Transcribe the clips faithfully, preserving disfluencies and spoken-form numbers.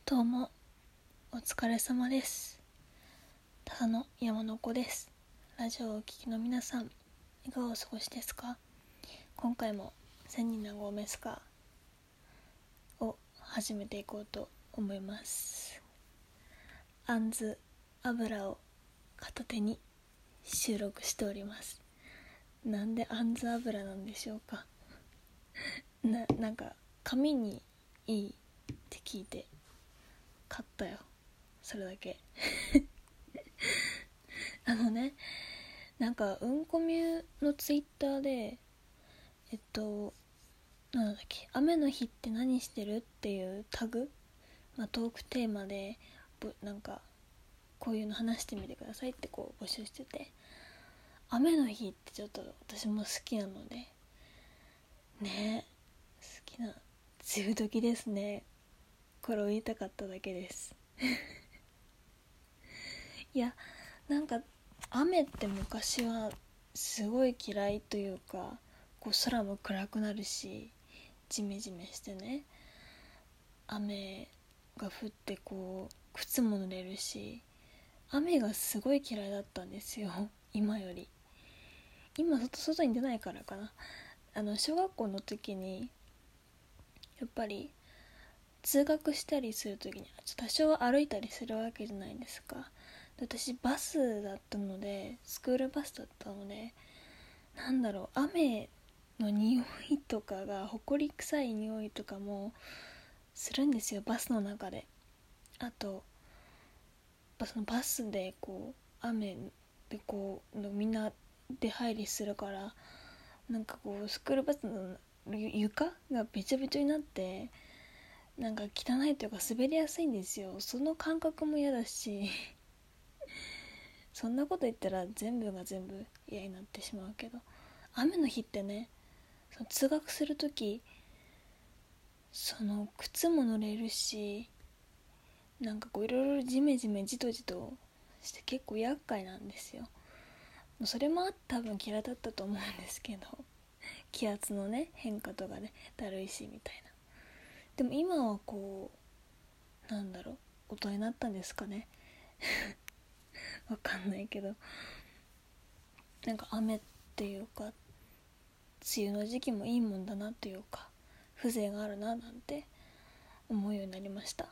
どうもお疲れ様です。ただの山の子です。ラジオをお聞きの皆さん、いかがお過ごしですか？今回も千人のゴメスカを始めていこうと思います。あんず油を片手に収録しております。なんであんず油なんでしょうか。な、なんか髪にいいって聞いて買ったよ、それだけあのね、なんかうんこみゅのツイッターでえっとなんだっけ、雨の日って何してるっていうタグ、まあ、トークテーマでなんかこういうの話してみてくださいってこう募集してて、雨の日ってちょっと私も好きなのでね、好きな梅雨時ですね。これを言いたかっただけですいや、なんか雨って昔はすごい嫌いというか、こう空も暗くなるしジメジメしてね、雨が降ってこう靴も濡れるし、雨がすごい嫌いだったんですよ、今より。今外に出ないからかな。あの小学校の時にやっぱり通学したりする時に多少は歩いたりするわけじゃないですか。で、私バスだったので、スクールバスだったので、なんだろう、雨の匂いとかが、埃臭い匂いとかもするんですよ、バスの中で。あとそのバスでこう雨でこうみんな出入りするから、なんかこうスクールバスの床がべちゃべちゃになって、なんか汚いというか滑りやすいんですよ。その感覚も嫌だしそんなこと言ったら全部が全部嫌になってしまうけど、雨の日ってね、その通学するとき、その靴も濡れるし、なんかこういろいろジメジメジトジトして結構厄介なんですよ。それもあって多分嫌いだったと思うんですけど、気圧のね変化とかね、だるいしみたいな。でも今はこう、なんだろう、大人になったんですかねわかんないけど、なんか雨っていうか梅雨の時期もいいもんだなというか、風情があるななんて思うようになりました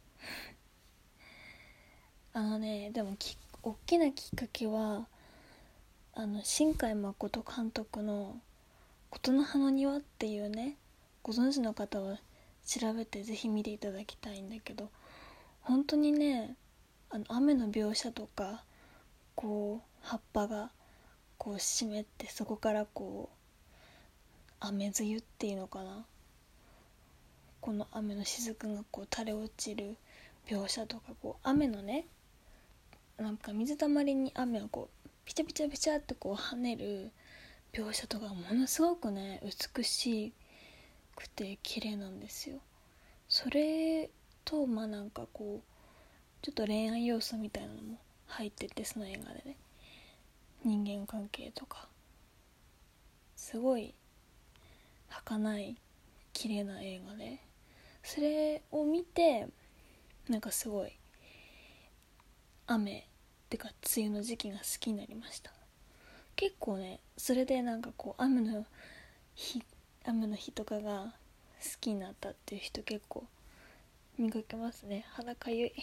あのね、でもき大きなきっかけは、あの新海誠監督の琴の葉の庭っていうね、ご存知の方は調べてぜひ見ていただきたいんだけど、本当にね、あの雨の描写とか、こう葉っぱがこう湿って、そこからこう雨露っていうのかな、この雨の雫がこう垂れ落ちる描写とか、こう雨のね、なんか水たまりに雨をこうピチャピチャピチャってこう跳ねる描写とかものすごくね美しくて綺麗なんですよ。それとまあなんかこうちょっと恋愛要素みたいなのも入ってて、その映画でね、人間関係とかすごい儚い綺麗な映画で、それを見てなんかすごい雨ってか梅雨の時期が好きになりました。結構ね、それでなんかこう雨の日雨の日とかが好きになったっていう人結構見かけますね。鼻かゆい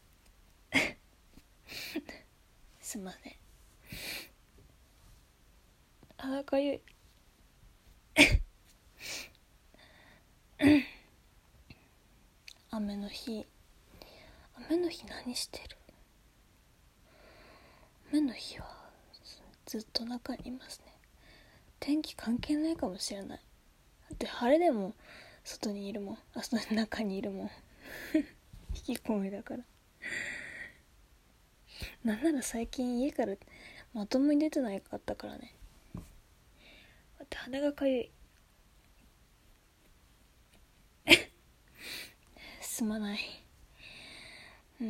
すいません、鼻かゆい雨の日、雨の日何してる？雨の日はずっと中にいますね。天気関係ないかもしれない。だって晴れでも外にいるもん、あ、その中にいるもん引きこもりだから。なんなら最近家からまともに出てないかったからね。だって鼻がかゆいすまない。うん。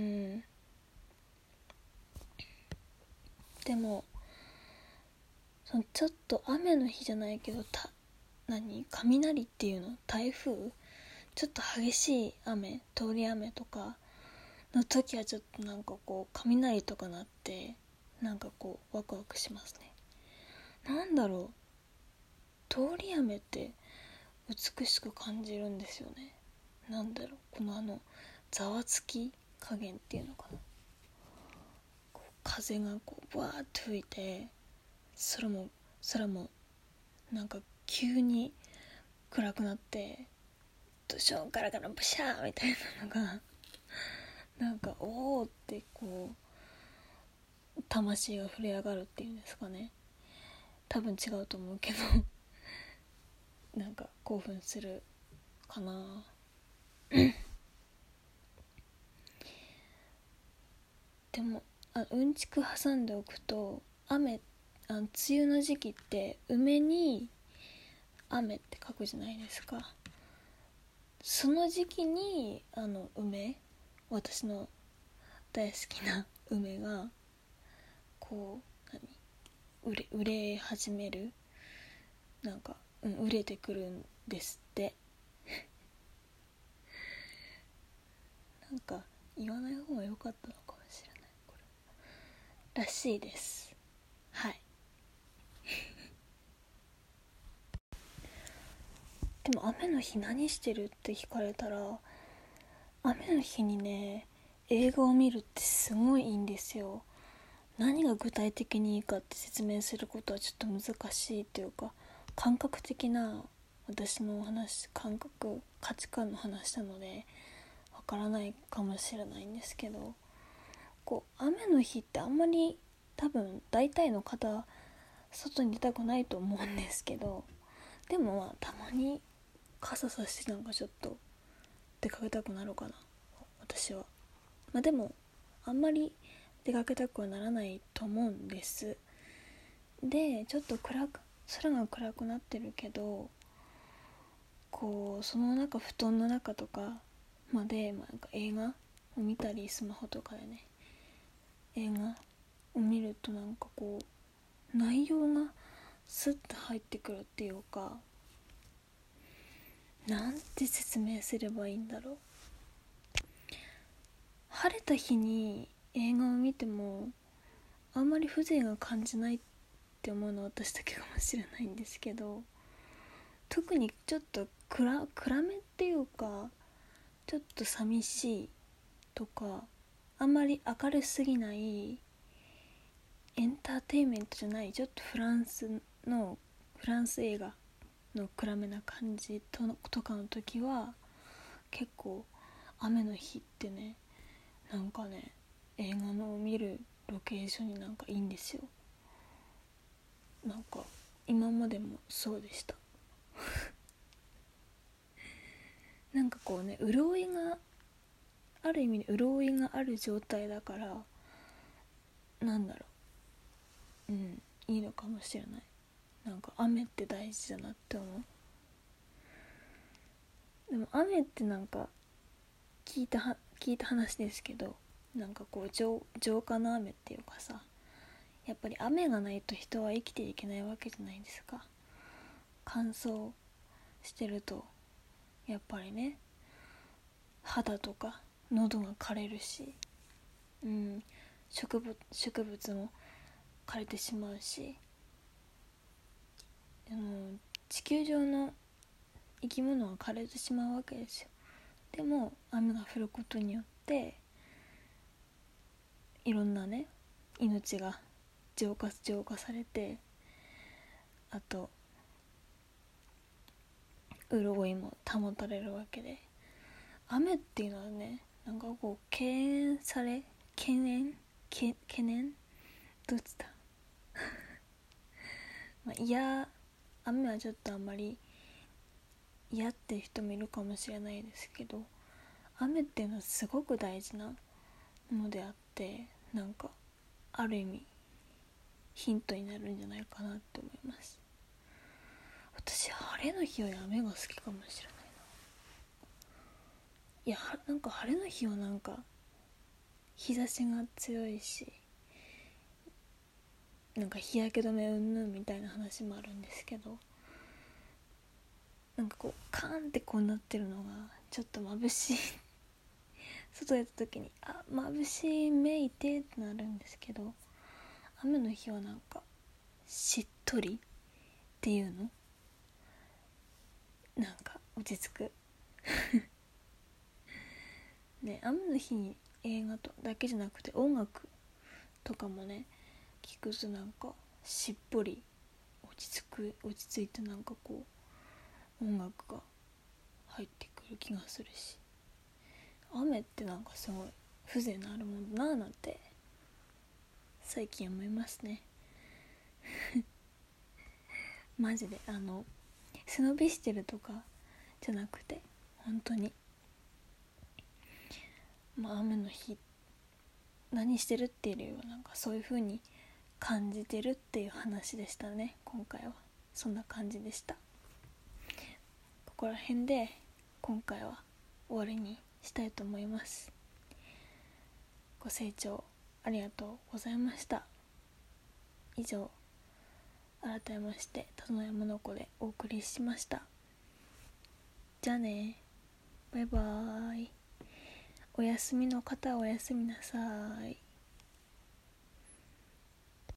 でもそのちょっと雨の日じゃないけど、た何雷っていうの、台風ちょっと激しい雨、通り雨とかの時はちょっとなんかこう雷とか鳴ってなんかこうワクワクしますね。なんだろう、通り雨って美しく感じるんですよね。なんだろう、このあのざわつき加減っていうのかな、こう風がこうバーッと吹いて空も空もなんか急に暗くなってドションカラカラブシャーみたいなのがなんかおーってこう魂が触れ上がるっていうんですかね、多分違うと思うけどなんか興奮するかなでもあうんちく挟んでおくと、雨あの梅雨の時期って梅に雨って書くじゃないですか。その時期にあの梅、私の大好きな梅がこう何売れ売れ始める、なんか、うん、売れてくるんですってなんか言わない方が良かったのかもしれない、これらしいです。はいでも雨の日何してるって聞かれたら、雨の日にね映画を見るってすごいいいんですよ。何が具体的にいいかって説明することはちょっと難しいというか、感覚的な私の話、感覚価値観の話なのでわからないかもしれないんですけど、こう雨の日ってあんまり多分大体の方外に出たくないと思うんですけど、でもまあたまに傘さしてなんかちょっと出かけたくなるかな、私は。まあでもあんまり出かけたくはならないと思うんです。でちょっと暗く空が暗くなってるけど、こうその中布団の中とかまで、まあ、なんか映画を見たりスマホとかでね映画を見るとなんかこう内容がスッと入ってくるっていうか、なんて説明すればいいんだろう。晴れた日に映画を見てもあんまり風情が感じないって思うのは私だけかもしれないんですけど、特にちょっと 暗, 暗めっていうかちょっと寂しいとか、あんまり明るすぎないエンターテインメントじゃない、ちょっとフランスのフランス映画の暗めな感じ と, とかの時は結構雨の日ってね、なんかね映画の見るロケーションになんかいいんですよ。なんか今までもそうでしたなんかこうね、潤いがある意味で潤いがある状態だから、なんだろう、うんいいのかもしれない。なんか雨って大事だなって思う。でも雨ってなんか聞いたは聞いた話ですけど、なんかこう 浄, 浄化の雨っていうかさ、やっぱり雨がないと人は生きていけないわけじゃないですか。乾燥してるとやっぱりね肌とか喉が枯れるし、うん、植物植物も枯れてしまうし、あの地球上の生き物は枯れてしまうわけですよ。でも雨が降ることによっていろんなね命が浄化浄化されて、あと潤いも保たれるわけで、雨っていうのはね、なんかこう敬遠され懸念け懸念どっちだまあ、いや雨はちょっとあんまり嫌って人もいるかもしれないですけど、雨っていうのはすごく大事なものであって、なんかある意味ヒントになるんじゃないかなって思います。私晴れの日より雨が好きかもしれないな。いやなんか晴れの日はなんか日差しが強いし、なんか日焼け止めうんぬんみたいな話もあるんですけど、なんかこうカーンってこうなってるのがちょっと眩しい外出た時にあ眩しい目いてってなるんですけど、雨の日はなんかしっとりっていうのなんか落ち着くね、雨の日に映画とだけじゃなくて音楽とかもね聞くとなんかしっぽり落ち着く落ち着いてなんかこう音楽が入ってくる気がするし、雨ってなんかすごい風情のあるもんだななんて最近思いますねマジであの背伸びしてるとかじゃなくて本当にまあ雨の日何してるっていうよりはなんかそういう風に感じてるっていう話でしたね。今回はそんな感じでした。ここら辺で今回は終わりにしたいと思います。ご清聴ありがとうございました。以上、改めまして田野山の子でお送りしました。じゃあね、バイバーイ。お休みの方はおやすみなさい。